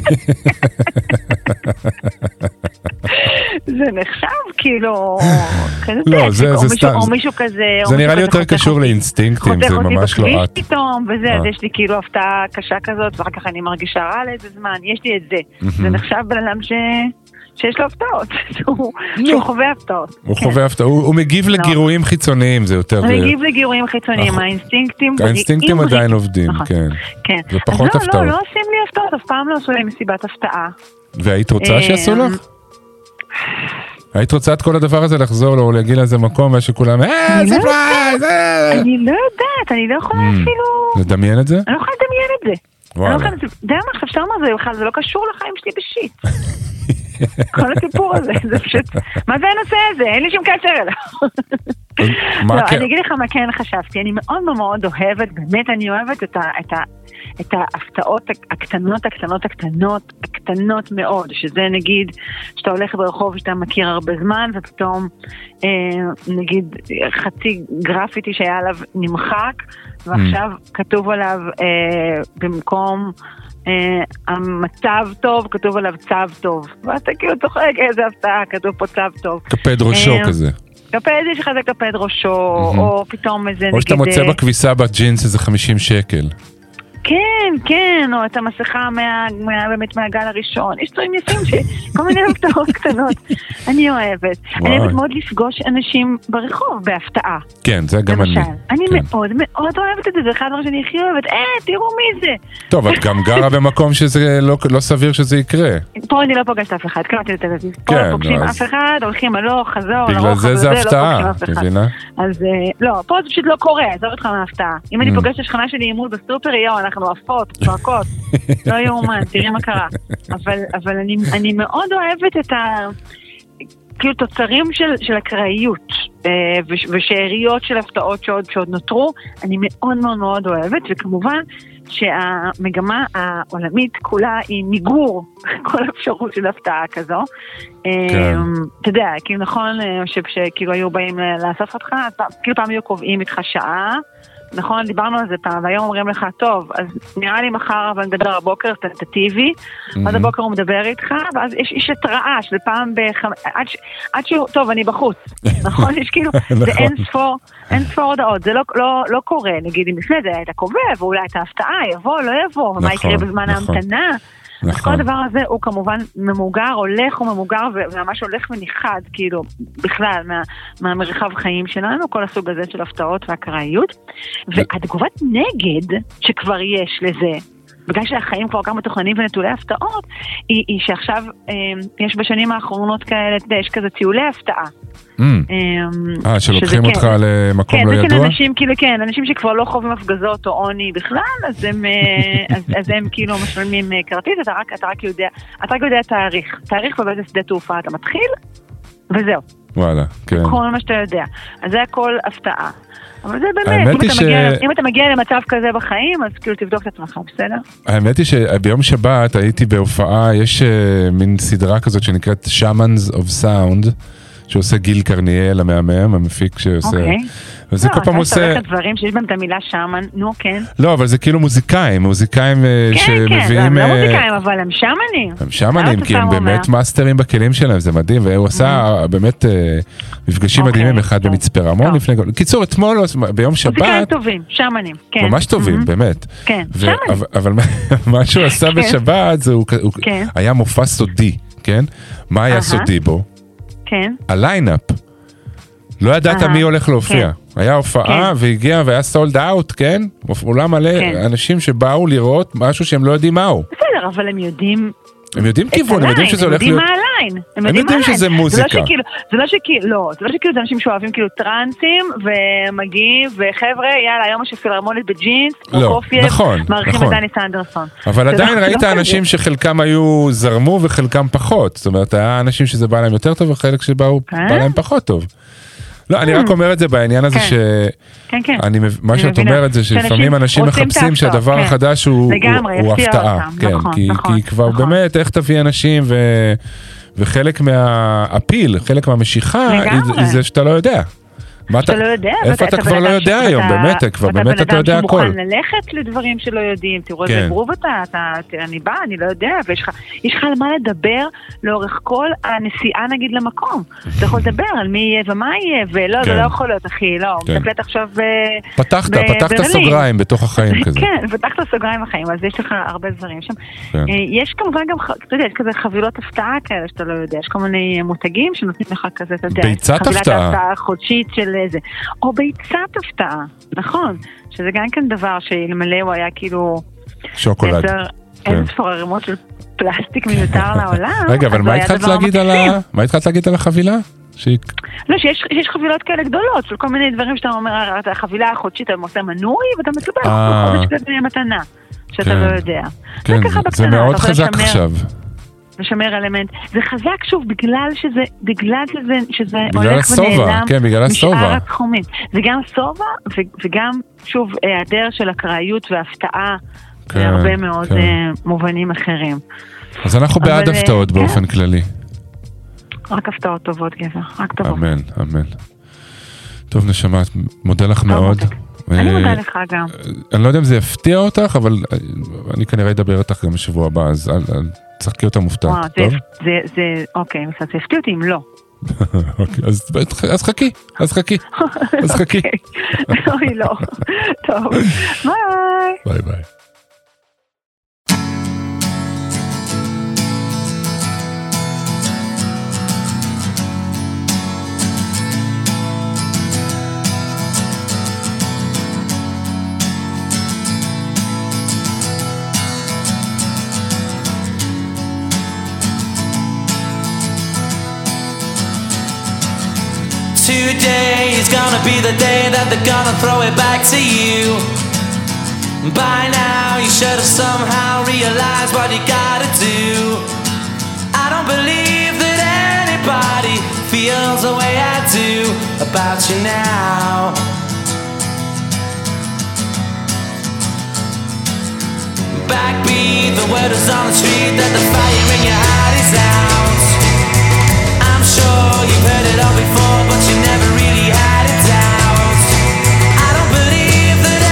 זה נחשב כאילו לא, זה סתם, או מישהו כזה, זה נראה לי יותר קשור לאינסטינקטים, זה ממש לא את. וזה, אז יש לי כאילו הפתעה קשה כזאת, ואחר כך אני מרגישה רע לאיזה זמן, יש לי את זה. זה נחשב בן אדם שיש לו הפתעות, שהוא חווה הפתעות. הוא חווה הפתעות, הוא מגיב לגירויים חיצוניים, זה יותר... הוא מגיב לגירויים חיצוניים, האינסטינקטים עדיין עובדים, כן. זה פחות הפתעות. לא עושים לי הפתעות, אף פעם לא עשו לי מסיבת הפתעה. והיית רוצה שיעשו לך? היית רוצה את כל הדבר הזה לחזור לו, או להגיע לאיזה מקום, ושכולם, ספרייז! אני לא יודעת, אני לא יכולה אפילו... לדמיין את זה? אני לא יכולה לדמיין את זה. די מה, עכשיו שאתה אומר זה בכלל, זה לא קשור לחיים שלי בשיט. כל הסיפור הזה, זה פשוט... מה זה הנושא הזה? אין לי שום קשר אליו. לא, אני אגיד לך מה כן חשבתי, אני מאוד מאוד אוהבת, באמת אני אוהבת את ההפתעות הקטנות מאוד, שזה נגיד, שאתה הולך ברחוב שאתה מכיר הרבה זמן, ופתאום נגיד חצי גרפיטי שהיה עליו נמחק, ועכשיו כתוב עליו במקום המצב טוב, כתוב עליו צו טוב, ואתה כאילו צוחק איזה הפתעה, כתוב פה צו טוב. קפד ראשו כזה. יש לך זה קפד ראשו, או פתאום איזה נגיד... או שאתה מוצא בכביסה בג'ינס איזה 50 שקל. כן, או את המסכה באמת מהגל הראשון. יש דברים יפים כל מיני הפתעות קטנות. אני אוהבת. אני אוהבת מאוד לפגוש אנשים ברחוב בהפתעה. כן, זה גם אני. אני מאוד מאוד אוהבת את זה, זה אחד הדברים שאני הכי אוהבת. תראו מי זה. טוב, את גם גרה במקום שזה לא סביר שזה יקרה. פה אני לא פוגשת אף אחד, קראתי לתל אביב. פה לא פוגשים אף אחד, הולכים הלוך, חזור, בגלל זה הפתעה, תבינה? אז לא, פה זה פשוט לא קורה, עזוב אותך מההפתעה. אם אני פוגשת השכנה שלי אימול בסופר, אנחנו עפות, צועקות, לא יאומן, תראי מה קרה. אבל אני מאוד אוהבת את כאילו תוצרים של הקראיות, ושאריות של הפתעות שעוד נותרו, אני מאוד מאוד מאוד אוהבת, וכמובן שהמגמה העולמית כולה היא מיגור כל אפשרות של הפתעה כזו. אתה יודע, כאילו נכון שכאילו היו באים לאסוף אותך, כאילו פעם היו קובעים איתך שעה, נכון? דיברנו על זה פעם, והיום אומרים לך, טוב, אז נראה לי מחר, אבל נדבר הבוקר, טנטטיבי, עד הבוקר הוא מדבר איתך, ואז יש התראה של פעם עד שהוא, טוב, אני בחוץ, נכון? יש כאילו, זה אין ספור הודעות, זה לא קורה, נגיד, אם לפני זה היית קובע, ואולי את ההפתעה, יבוא, לא יבוא, ומה יקרה בזמן ההמתנה, אז כל הדבר הזה הוא כמובן ממוגר, הולך וממוגר, וממש הולך וניחד, כאילו, בכלל, מהמרחב חיים שלנו, כל הסוג הזה של הפתעות והקראיות, והתגובת נגד שכבר יש לזה, בגלל שהחיים כבר כמה מתוכננים ונטולי הפתעות, היא שעכשיו יש בשנים האחרונות כאלה, יש כזה טיולי הפתעה. שלוקחים אותך למקום לא ידוע? כן, אנשים כאילו, כן, אנשים שכבר לא חווים הפגזות או עוני בכלל, אז הם כאילו משלמים כרטיס, אתה רק יודע תאריך בבית השדה תעופה, אתה מתחיל, וזהו. וואלה, כן. כל מה שאתה יודע. אז זה הכל הפתעה. אבל זה באמת, אם אתה מגיע למצב כזה בחיים, אז כאילו תבדוק את עצמך, בסדר? האמת היא שביום שבת הייתי בהופעה, יש מין סדרה כזאת שנקראת Shamans of Sound, שעושה גיל קרניאל, המאמם, המפיק שעושה... וזה כל פעם עושה... אתה הולך דברים שיש בהם את המילה שמן, נו כן. לא, אבל זה כאילו מוזיקאים שמביאים... כן, הם לא מוזיקאים, אבל הם שמנים. הם שמנים, כי הם באמת מאסטרים בכלים שלהם, זה מדהים, והוא עושה באמת מפגשים מדהימים, אחד במצפה רמון לפני... קיצור, אתמול, ביום שבת... מוזיקאים טובים, שמנים, כן. ממש טובים, באמת. כן, שמנים. אבל מה שהוא עשה בשבת, זה היה מופע סודי, כן? מה היה סודי בו? כן. הליינאפ. לא ידעת מי הולך להופיע. היה הופעה והגיע והיה סולד אאוט, כן? אולם מלא אנשים שבאו לראות משהו שהם לא יודעים מהו. בסדר, אבל הם יודעים... הם יודעים כיוון, הם יודעים שזה הולך להיות... הם יודעים שזה מוזיקה. זה לא שכאילו, זה אנשים שאוהבים כאילו טרנסים, ומגיעים, וחבר'ה, יאללה, היום יש פילהרמונית בג'ינס, נכון, מעריכים את דני סנדרסון. אבל עדיין ראית אנשים שחלקם היו זרמו וחלקם פחות. זאת אומרת, היה אנשים שזה בא להם יותר טוב, וחלק שבאו בא להם פחות טוב. לא, אני רק אומר את זה בעניין הזה מה שאת אומרת זה שלפעמים אנשים מחפשים שהדבר החדש הוא הפתעה. כי כבר באמת איך תביא אנשים וחלק מהאפיל, חלק מהמשיכה זה שאתה לא יודע. איפה אתה כבר לא יודע היום, באמת, כבר באמת אתה יודע הכל. אתה מוכן ללכת לדברים שלא יודעים, תראו איזה גרוב אני בא, אני לא יודע, ויש לך על מה לדבר לאורך כל הנסיעה נגיד למקום. אתה יכול לדבר על מי יהיה ומה יהיה, ולא, זה לא יכול להיות, אחי, לא, מתקלט עכשיו פתחת סוגריים בתוך החיים כזה. כן, פתחת סוגריים בחיים, אז יש לך הרבה דברים שם. יש כמובן גם, אתה יודע, יש כזה חבילות הפתעה כאלה שאתה לא יודע, יש כל מיני מותגים שנותנים לך כזה, אתה יודע, חבילת ההפתעה חודשית של זה, או ביצת הפתעה, נכון, שזה גם כן דבר שאלמלא הוא היה כאילו שוקולד, אין ספור ערימות של פלסטיק מיותר לעולם. רגע, אבל מה התחלת להגיד על החבילה? לא, שיש חבילות כאלה גדולות, של כל מיני דברים שאתה אומר, החבילה החודשית, אתה עושה מנוי, ואתה מקבל חודש כזה מתנה, שאתה לא יודע. כן, זה מאוד חזק עכשיו. משמר אלמנט. זה חזק שוב בגלל שזה בגלל הסובה, כן, בגלל הסובה. זה גם סובה וגם שוב היעדר של הקראיות וההפתעה בהרבה מאוד מובנים אחרים. אז אנחנו בעד הפתעות באופן כללי. רק הפתעות טובות גבר, רק טובות. אמן, אמן. טוב נשמה, מודה לך מאוד. אני מודה לך גם. אני לא יודע אם זה יפתיע אותך, אבל אני כנראה אדבר איתך גם בשבוע הבא, אז תשחקי אותה מופתעת, טוב? אוקיי, זה יפתיע אותי אם לא. אז חכי, אז חכי. אוי, לא. טוב, ביי. ביי ביי. Today is gonna be the day that they're gonna throw it back to you. By now you should have somehow realized what you gotta do. I don't believe that anybody feels the way I do about you now. Backbeat, the word is on the street that the fire in your heart is out. I'm sure you've heard it all before, but you never really had a doubt. I don't believe that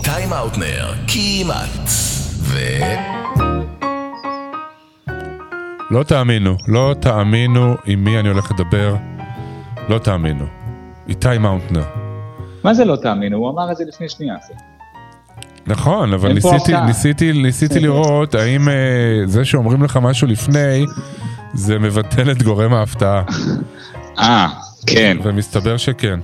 איתי מאוטנר, כמעט. לא תאמינו, לא תאמינו עם מי אני הולך לדבר. לא תאמינו. איתי מאוטנר. מה זה לא תאמינו? הוא אמר את זה לפני שנייה. נכון, אבל ניסיתי לראות האם זה שאומרים לך משהו לפני, זה מבטל את גורם ההפתעה. כן. ומסתבר שכן.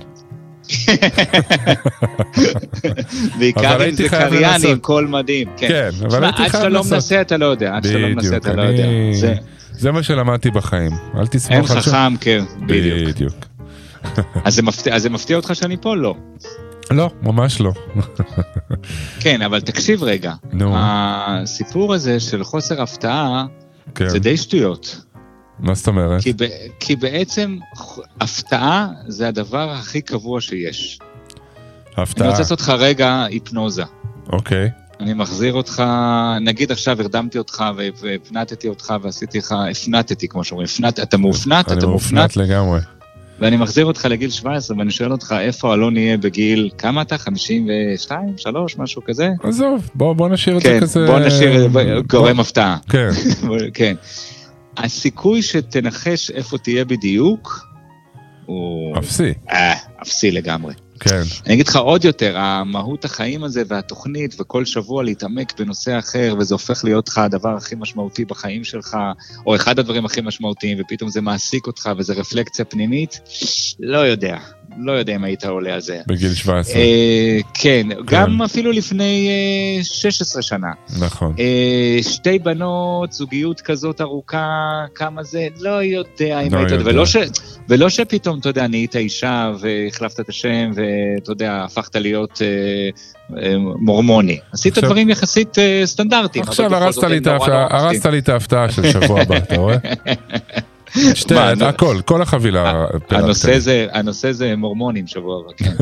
בעיקר אם זה קריין עם קול מדהים. כן, אבל הייתי חייב עד שאתה לא מנסה אתה לא יודע. זה מה שלמדתי בחיים. אל תסמוך אין חכם, כן, בדיוק. אז זה מפתיע אותך שאני פה? לא. לא, ממש לא. כן, אבל תקשיב רגע. הסיפור הזה של חוסר הפתעה, זה די שטויות. מה זאת אומרת? כי בעצם הפתעה זה הדבר הכי קבוע שיש. הפתעה. אני רוצה לעשות לך רגע היפנוזה. אוקיי. אני מחזיר אותך, נגיד עכשיו הרדמתי אותך והפנתתי אותך ועשיתי לך, הפנתתי כמו שאומרים, אתה מאופנת? אני מאופנת לגמרי. ואני מחזיר אותך לגיל 17 ואני שואל אותך איפה אלון יהיה בגיל, כמה אתה? 52? 3? משהו כזה? עזוב, בוא נשאיר את זה כזה. בוא נשאיר גורם הפתעה. כן. כן. הסיכוי שתנחש איפה תהיה בדיוק, הוא... אפסי. אפסי לגמרי. כן. אני אגיד לך עוד יותר, המהות החיים הזה והתוכנית וכל שבוע להתעמק בנושא אחר, וזה הופך להיות לך הדבר הכי משמעותי בחיים שלך, או אחד הדברים הכי משמעותיים, ופתאום זה מעסיק אותך וזה רפלקציה פנימית, לא יודע אם היית עולה על זה. בגיל 17. כן, גם אפילו לפני 16 שנה. נכון. שתי בנות, זוגיות כזאת ארוכה, כמה זה, לא יודע אם היית, ולא שפתאום, אתה יודע, נהיית אישה והחלפת את השם, ואתה יודע, הפכת להיות מורמוני. עשית דברים יחסית סטנדרטיים. עכשיו הרסת לי את ההפתעה של שבוע הבא, אתה רואה? הכל, כל החבילה. הנושא זה מורמונים שבוע הבא, כן.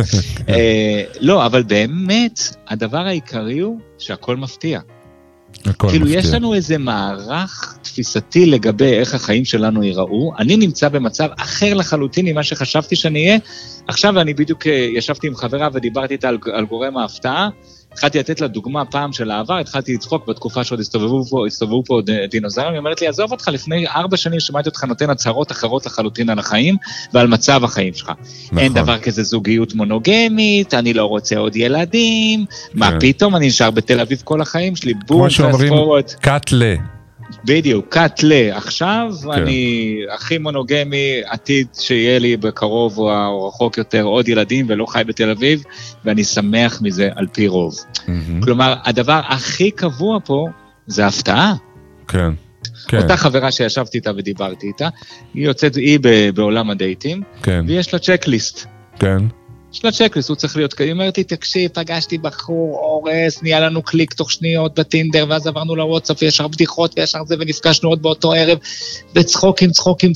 לא, אבל באמת, הדבר העיקרי הוא שהכל מפתיע. כאילו יש לנו איזה מערך תפיסתי לגבי איך החיים שלנו ייראו, אני נמצא במצב אחר לחלוטין ממה שחשבתי שאני אהיה, עכשיו אני בדיוק ישבתי עם חברה ודיברתי איתה על גורם ההפתעה, התחלתי לתת לה דוגמה פעם של העבר, התחלתי לצחוק בתקופה שעוד הסתובבו פה דינוזאורים, היא אומרת לי, עזוב אותך, לפני 4 שנים שמעתי אותך נותן הצהרות אחרות לחלוטין על החיים, ועל מצב החיים שלך. נכון. אין דבר כזה זוגיות מונוגמית, אני לא רוצה עוד ילדים, כן. מה פתאום, אני נשאר בתל אביב כל החיים שלי, כמו שאומרים, קטלה. בדיוק, קטלה. עכשיו כן. אני הכי מונוגמי, עתיד שיהיה לי בקרוב או רחוק יותר עוד ילדים ולא חי בתל אביב, ואני שמח מזה על פי רוב. כלומר, הדבר הכי קבוע פה זה הפתעה. כן. כן. אותה חברה שישבתי איתה ודיברתי איתה, היא בעולם הדייטים, כן. ויש לה צ'קליסט. כן. יש לה צ'קליסט, הוא צריך להיות, היא אומרת לי, תקשיב, פגשתי בחור, אורס, נהיה לנו קליק תוך שניות בטינדר, ואז עברנו לוואטסאפ, וישר בדיחות, וישר זה, ונפגשנו עוד באותו ערב, וצחוקים,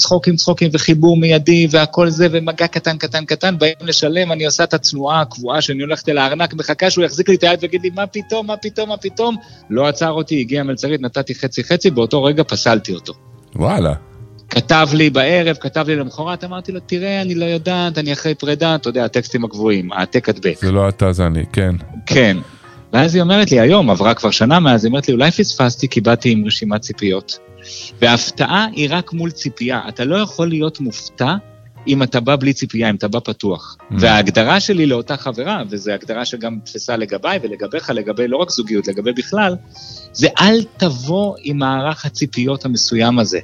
וחיבור מיידי, והכל זה, ומגע קטן, באים לשלם, אני עושה את התנועה הקבועה, שאני הולכת אל הארנק, מחכה שהוא יחזיק לי את היד, ויגיד לי, מה פתאום, לא עצר אותי, הגיע מלצרית, נתתי חצי, באותו רגע פסלתי אותו. וואלה. כתב לי בערב, כתב לי למחרת, אמרתי לו, תראה, אני לא יודעת, אני אחרי פרידה, אתה יודע, הטקסטים הגבוהים, העתק הדבק. זה לא אתה, זה אני, כן. כן. ואז היא אומרת לי, היום, עברה כבר שנה מאז, היא אומרת לי, אולי פספסתי, כי באתי עם רשימת ציפיות. וההפתעה היא רק מול ציפייה. אתה לא יכול להיות מופתע אם אתה בא בלי ציפייה, אם אתה בא פתוח. וההגדרה שלי לאותה חברה, וזו הגדרה שגם תפסה לגביי ולגביך, לגבי לא רק זוגיות, לגבי בכלל, זה אל תבוא עם מערך הציפיות המסוים הזה.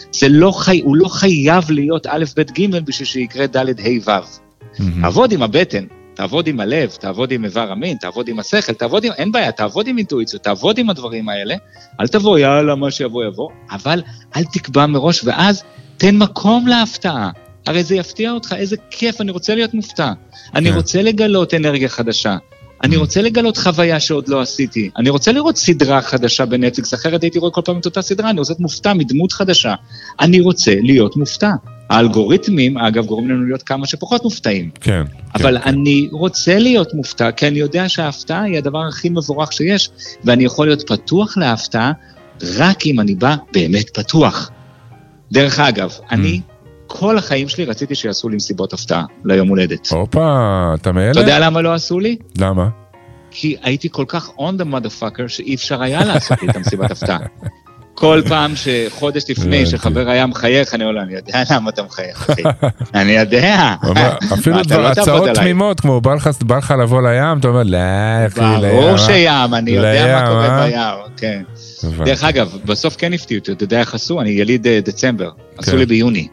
הוא לא חייב להיות א' ב' ג' בשביל שיקרה ד' ה' ו'. תעבוד עם הבטן, תעבוד עם הלב, תעבוד עם איבר המין, תעבוד עם השכל, אין בעיה, תעבוד עם אינטואיציות, תעבוד עם הדברים האלה, אל תבוא, יאללה, מה שיבוא, אבל אל תקבע מראש, ואז תן מקום להפתעה. הרי זה יפתיע אותך, איזה כיף, אני רוצה להיות מופתע. אני רוצה לגלות אנרגיה חדשה. אני רוצה לגלות חוויה שעוד לא עשיתי. אני רוצה לראות סדרה חדשה בנטפליקס, אחרת הייתי רואה כל פעם את אותה סדרה, אני רוצה להיות מופתע מדמות חדשה. אני רוצה להיות מופתע. האלגוריתמים, אגב, גורמים לנו להיות כמה שפחות מופתעים. כן. אבל אני רוצה להיות מופתע, כי אני יודע שההפתעה היא הדבר הכי מבורך שיש, ואני יכול להיות פתוח להפתעה, רק אם אני בא באמת פתוח. דרך אגב, אני כל החיים שלי רציתי שיעשו לי מסיבות הפתעה ליום הולדת. הופה, אתה מאלה? אתה יודע למה לא עשו לי? למה? כי הייתי כל כך on the motherfucker, שאי אפשר היה לעשות לי את המסיבת הפתעה. כל פעם שחודש לפני שחבר היה מחייך, אני אומר, אני יודע למה אתה מחייך, אחי. אני יודע. אפילו הצעות תמימות, כמו בא לך לבוא לים, אתה אומר, לא, אחי, לים. ברור שים, אני יודע מה קורה בים, כן. דרך אגב, בסוף כן הפתיעו אותי, אתה יודע איך עשו? אני יליד דצמבר, עשו לי ביוני.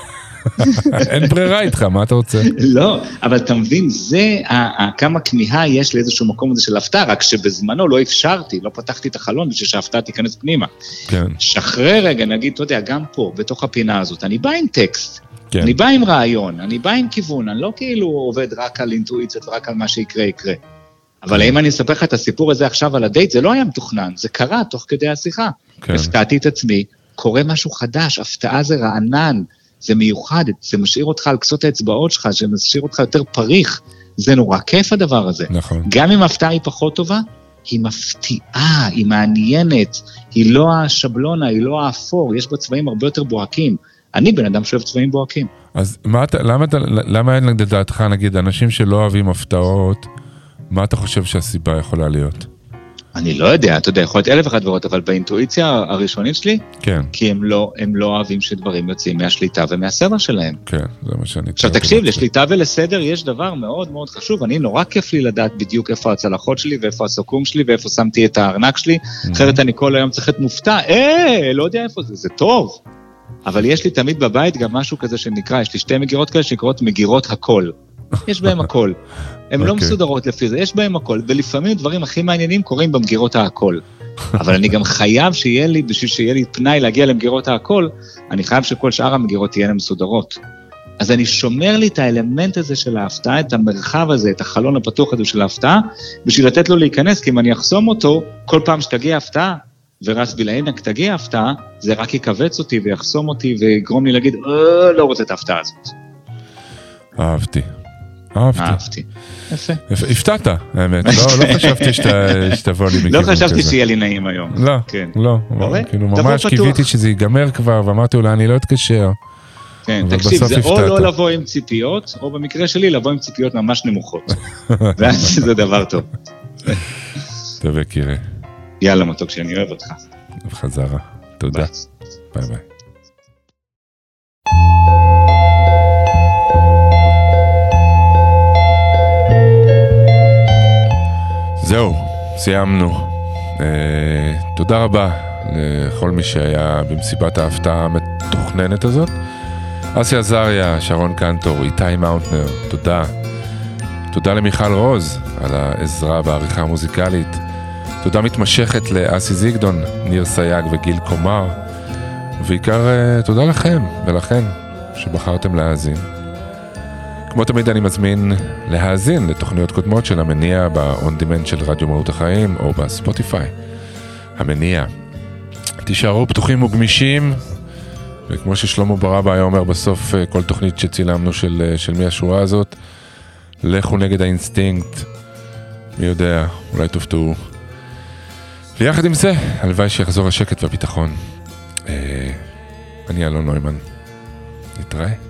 אין ברירה איתך, מה אתה רוצה? לא, אבל אתה מבין, זה כמה כמיהה יש לאיזשהו מקום הזה של הפתעה, רק שבזמנו לא אפשרתי, לא פתחתי את החלון בשביל שההפתעה תיכנס פנימה. כן. שחרר רגע, נגיד, אתה יודע, גם פה, בתוך הפינה הזאת, אני בא עם טקסט, אני בא עם רעיון, אני בא עם כיוון, אני לא כאילו עובד רק על אינטואיציות, רק על מה שיקרה, יקרה. אבל אם אני אספר לך את הסיפור הזה עכשיו על הדייט, זה לא היה מתוכנן, זה קרה תוך כדי השיחה. הפתעתי את עצמי, קורה משהו חדש, הפתעה זה רענן, זה מיוחד, זה משאיר אותך על קצות האצבעות שלך, זה משאיר אותך יותר פריך, זה נורא כיף הדבר הזה. נכון. גם אם ההפתעה היא פחות טובה, היא מפתיעה, היא מעניינת, היא לא השבלונה, היא לא האפור, יש בה צבעים הרבה יותר בוהקים. אני בן אדם שאוהב צבעים בוהקים. אז למה אין לדעתך, נגיד, אנשים שלא אוהבים הפתעות, מה אתה חושב שהסיבה יכולה להיות? אני לא יודע, אתה יודע, יכול להיות 1,001 דברות, אבל באינטואיציה הראשונית שלי, כן. כי הם לא אוהבים שדברים יוצאים מהשליטה ומהסדר שלהם. כן, זה מה שאני... עכשיו תקשיב, לשליטה ולסדר יש דבר מאוד מאוד חשוב, אני נורא כיף לי לדעת בדיוק איפה הצלחות שלי, ואיפה הסוכום שלי, ואיפה שמתי את הארנק שלי, אחרת אני כל היום צריך להיות מופתע, לא יודע איפה זה, זה טוב. אבל יש לי תמיד בבית גם משהו כזה שנקרא, יש לי 2 מגירות כאלה שנקראות מגירות הכל. יש בהם הכל. הן לא מסודרות לפי זה, יש בהם הכל, ולפעמים דברים הכי מעניינים קורים במגירות הכל. אבל אני גם חייב שיהיה לי, בשביל שיהיה לי פנאי להגיע למגירות הכל, אני חייב שכל שאר המגירות תהיינה מסודרות. אז אני שומר לי את האלמנט הזה של ההפתעה, את המרחב הזה, את החלון הפתוח הזה של ההפתעה, בשביל לתת לו להיכנס, כי אם אני אחסום אותו, כל פעם שתגיע ההפתעה, ורס בלעינק תגיע ההפתעה, זה רק יקבץ אותי ויחסום אותי, ויגרום לי להגיד, לא רוצה את ההפתעה הזאת. אהבתי. יפה. הפתעת, האמת. לא חשבתי שתבוא לי מכיוון כזה. לא חשבתי שיהיה לי נעים היום. לא. כאילו ממש קיוויתי שזה ייגמר כבר, ואמרתי אולי אני לא אתקשר. כן, תקשיב, זה או לא לבוא עם ציפיות, או במקרה שלי לבוא עם ציפיות ממש נמוכות. ואז זה דבר טוב. טוב, יקירי. יאללה מתוק, שאני אוהב אותך. בחזרה. תודה. ביי ביי. זהו, סיימנו. תודה רבה לכל מי שהיה במסיבת ההפתעה המתוכננת הזאת. אסי עזריה, שרון קנטור, איתי מאונטנר, תודה. תודה למיכל רוז על העזרה והעריכה המוזיקלית. תודה מתמשכת לאסי זיגדון, ניר סייג וגיל קומר. ובעיקר תודה לכם ולכן שבחרתם להאזין. כמו תמיד אני מזמין להאזין לתוכניות קודמות של המניע ב-on demand של רדיו מהות החיים או בספוטיפיי. המניע. תישארו פתוחים וגמישים, וכמו ששלמה ברבא היה אומר בסוף כל תוכנית שצילמנו של מי השורה הזאת, לכו נגד האינסטינקט, מי יודע, אולי תופתעו. ויחד עם זה, הלוואי שיחזור השקט והביטחון. אני אלון נוימן. נתראה.